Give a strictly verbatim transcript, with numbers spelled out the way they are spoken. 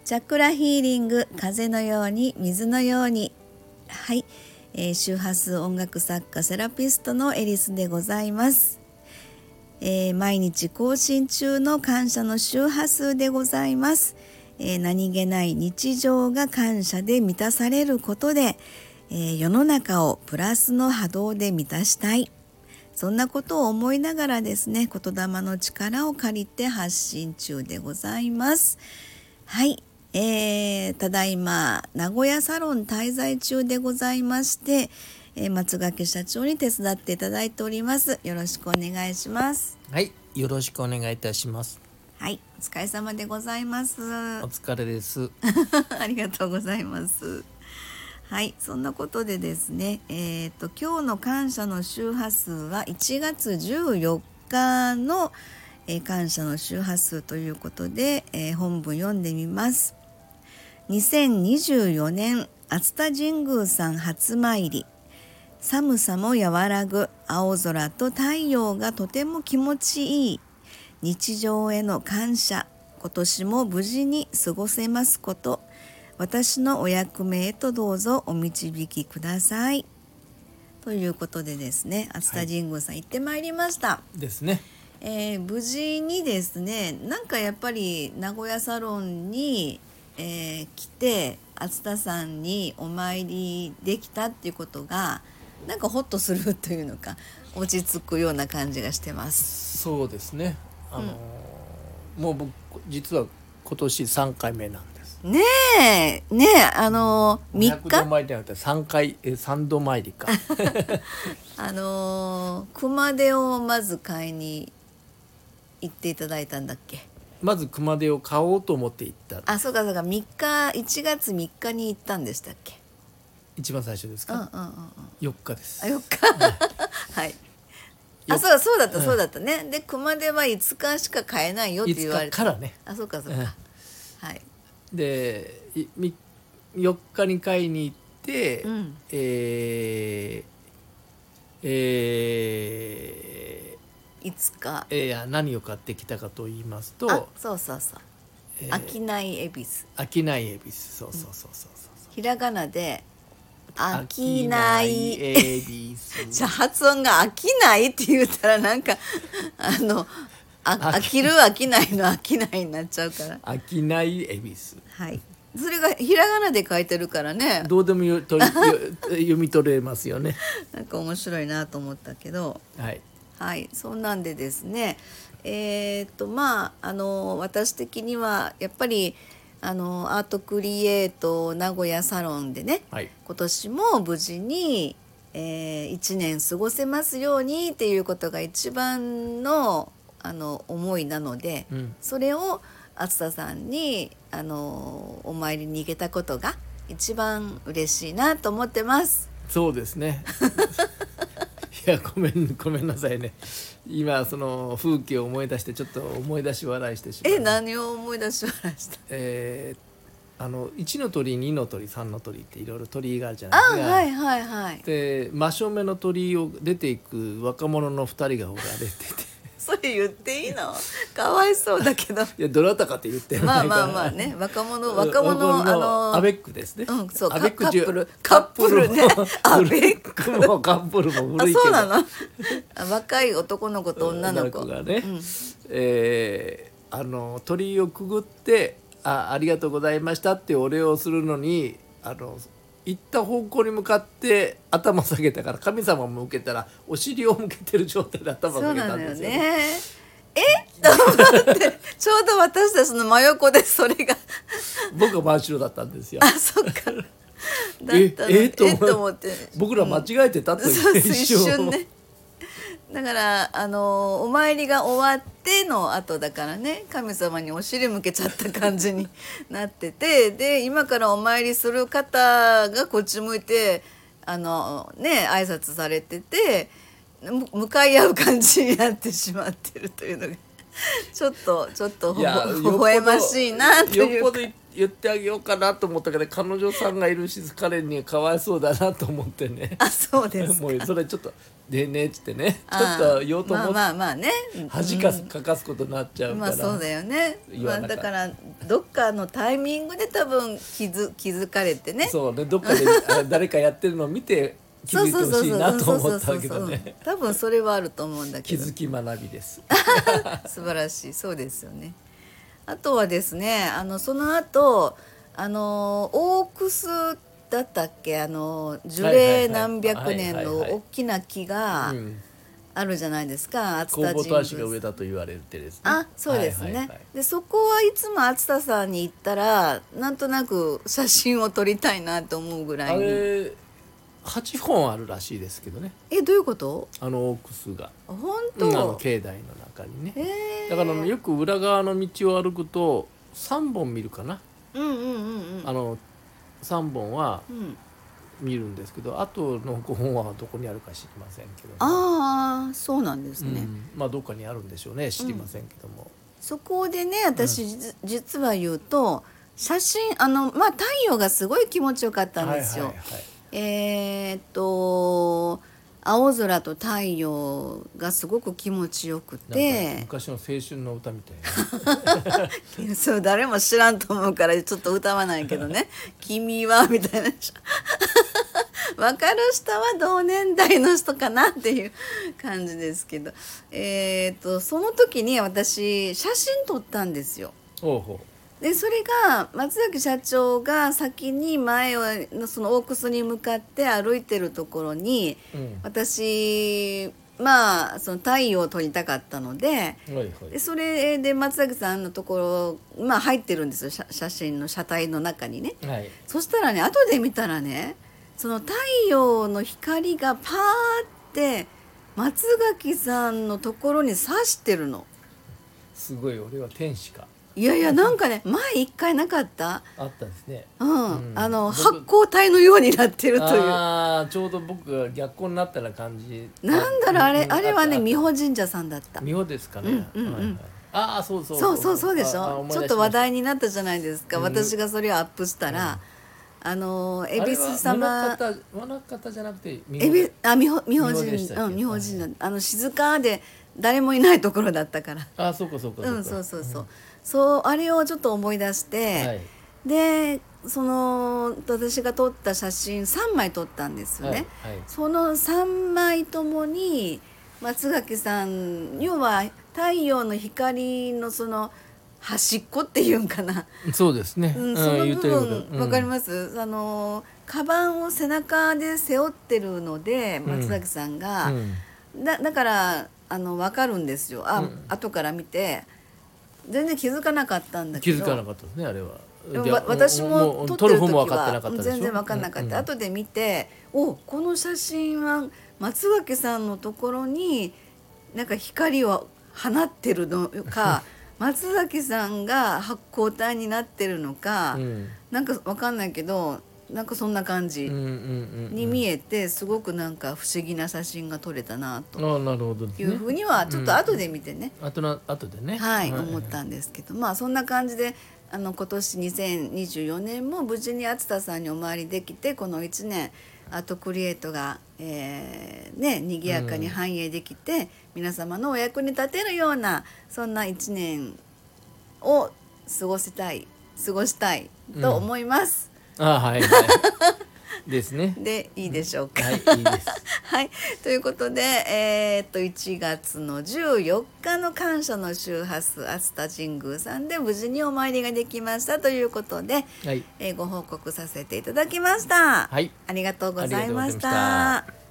チャクラヒーリング、風のように水のように。はい、えー、周波数音楽作家セラピストのエリスでございます。えー、毎日更新中の感謝の周波数でございます。えー、何気ない日常が感謝で満たされることで、えー、世の中をプラスの波動で満たしたい、そんなことを思いながらですね、言霊の力を借りて発信中でございます。はい、えー、ただいま名古屋サロン滞在中でございまして、えー、松垣社長に手伝っていただいております。よろしくお願いします。 はい、よろしくお願いいたします。 はい、お疲れ様でございます。お疲れですありがとうございます。はい、そんなことでですね、えーと、今日の感謝の周波数はいちがつじゅうよっかの、えー、感謝の周波数ということで、えー、本文読んでみます。にせんにじゅうよねん熱田神宮さん初参り、寒さも和らぐ青空と太陽がとても気持ちいい、日常への感謝、今年も無事に過ごせますこと、私のお役目へとどうぞお導きください、ということでですね、熱田神宮さん行ってまいりました、 はい、ですね、 えー、無事にですね、なんかやっぱり名古屋サロンに、えー、来て熱田さんにお参りできたっていうことがなんかホッとするというのか落ち着くような感じがしてます。 そうですね、あのーうん、もう僕実は今年さんかいめなんです。 ねえねえ、あのー、みっかひゃくど参りじゃなくてさんかいえさんど参りかあのー、熊手をまず買いに行っていただいたんだっけ。 まず熊手を買おうと思って行った。 あ、そうかそうか、みっかいちがつみっかに行ったんでしたっけ。 一番最初ですか。 うんうんうんうん、 よっかです。 あ、よっかはい、あ、そうそうだったそうだったね、うん、で熊手はいつかしか買えないよって言われて、 いつかからね。 あ、そうかそうか、うん、はい。 でよっかに買いに行って、うん、えー、えー、いつか、 えー、何を買ってきたかと言いますと、 あ、そうそうそう、えー、商い恵比寿、 商い恵比寿、そうそうそうそうそう、 うん、ひらがなで商い恵比寿じゃあ発音が飽きないって言ったらなんかあのあ飽きる飽きないの飽きないになっちゃうから、 商い恵比寿、 はい、それがひらがなで書いてるからね、 どうでもよと読み取れますよねなんか面白いなと思ったけど、 はい、 はい、そんなんでですね、えー、っとまああの私的にはやっぱりあのアートクリエイト名古屋サロンでね、はい、今年も無事に、えー、いちねん過ごせますようにっていうことが一番の、あの思いなので、うん、それを熱田さんにあのお参りに行けたことが一番嬉しいなと思ってます。 そうですねいや、ごめんごめんなさいね、今その風景を思い出してちょっと思い出し笑いしてしまう。 え、何を思い出し笑いした？ えー、あのいちの鳥にの鳥さんの鳥っていろいろ鳥居があるじゃないですか。 あ、はいはいはい。 で真正面の鳥居を出ていく若者のふたりがおられててそれ言っていいの？かわいそうだけど。いや、どなたかって言ってないから。 まあまあまあね、若者若者あのアベックですね。 うん、そう、 アベックカップルカップルね。アベックもカップルも古いけど。 あ、そうなの？若い男の子と女の子がね、うん、えー、あの鳥居をくぐってあありがとうございましたってお礼をするのに、あの行った方向に向かって頭下げたから、神様も向けたらお尻を向けてる状態で頭下げたんですよね。そうなのよね。 えと思ってちょうど私たちの真横でそれが僕は真後ろだったんですよ。 あ、そっか。だったのええと思って、 僕ら間違えてたという、 うん、一瞬ね。だからあのお参りが終わっての後だからね、神様にお尻向けちゃった感じになってて、で今からお参りする方がこっち向いてあのね挨拶されてて、向かい合う感じになってしまってるというのがちょっとちょっとほほ笑ましいなというか、 よっぽど言ってあげようかなと思ったけど、彼女さんがいるし彼にかわいそうだなと思ってね。 あ、そうですか。 もうそれちょっとでねっつってね、ちょあっと言おうと思って、 まあまあまあね、 恥かすかかすことになっちゃうから、 まあそうだよね、まあ、 言わなかっただからどっかのタイミングで多分気づ気づかれてね。 そうね、どっかであ誰かやってるのを見て気づいてほしいなと思ったわけどね。 多分それはあると思うんだけど、 気づき学びです素晴らしい。そうですよね。あとはですね、あのその後あの大クスだったっけ、あの樹齢何百年の大きな木があるじゃないですか、熱田神宮。 弘法大師が植えたと言われてですね。 あ、そうですね、 はいはいはい、 でそこはいつも熱田さんに行ったらなんとなく写真を撮りたいなと思うぐらいに。 あれはちほんあるらしいですけどね。 え、どういうこと？ あの大クスが本当、 うん、あの境内の中にね。 へー、 だからよく裏側の道を歩くとさんぼん見るかな。 うんうんうんうん、 あのさんぼんはうん見るんですけど、あとのごほんはどこにあるか知りませんけど、ね、 ああ、そうなんですね、 うん、まあどっかにあるんでしょうね、知りませんけども、うん、 そこでね、私、うん、実は言うと写真、あのまあ太陽がすごい気持ちよかったんですよ、はいはいはい、えー、っと青空と太陽がすごく気持ちよくて、 昔の青春の歌みたいなそう、誰も知らんと思うからちょっと歌わないけどね君はみたいな分かる人は同年代の人かなっていう感じですけど、えー、とその時に私写真撮ったんですよ。 ほうほう。 でそれが松崎社長が先に前のその大楠に向かって歩いてるところに、うん、私まあその太陽を撮りたかったので、はいはい、でそれで松崎さんのところ、まあ、入ってるんですよ、写, 写真の車体の中にね、はい、そしたらね、後で見たらね、その太陽の光がパーって松垣さんのところに差してるの。 すごい、俺は天使か。 いやいや、なんかね、前一回なかった？ あったんですね、 うん、うん、あの発光体のようになってるという。 ああ、ちょうど僕が逆光になったような感じ。 なんだろう、あれ、うん、あれはね、美保神社さんだった。 美保ですかね、うんうんうん、はいはい、ああ、そうそうそうそうそうでしょ。ちょっと話題になったじゃないですか、うん、私がそれをアップしたら、うん、あの恵比寿様、 宗方じゃなくて美保、あ、美保神社、うん、美保神社、あの静かで誰もいないところだったから。 あ、そうかそうかそうか、 うん、そうそうそう、うん、そう、あれをちょっと思い出して、はい、でその私が撮った写真さんまい撮ったんですよね、はいはい、そのさんまいともに松垣さん、要は太陽の光のその端っこっていうんかな、 そうですね、 うん、その部分、うん、分かります、あのカバンを背中で背負ってるので松崎さんが、うんうん、だ, だからあの分かるんですよ、あ、うん、後から見て全然気づかなかったんだけど。 気づかなかったですね、あれは。 私も撮ってる時は全然分かんなかった、うんうん、後で見て、お、この写真は松垣さんのところになんか光を放ってるのか松崎さんが発光体になってるのか、うん、なんか分かんないけど、なんかそんな感じに見えて、すごくなんか不思議な写真が撮れたなというふうにはちょっと後で見てね、 あとな後でね、 はい、思ったんですけど、まあそんな感じで、あの今年にせんにじゅうよねんも無事に熱田さんにお参りできて、このいちねんアートクリエイトが、えーね、賑やかに繁栄できて、うん、皆様のお役に立てるようなそんないちねんを過ごせたい過ごしたいと思います、 うん、あ、はいはいですね。 でいいでしょうか、 はい、いいですはい、ということで、えー、っといちがつのじゅうよっかの感謝の周波数熱田神宮さんで無事にお参りができましたということで、はい、えー、ご報告させていただきました、はい、ありがとうございました。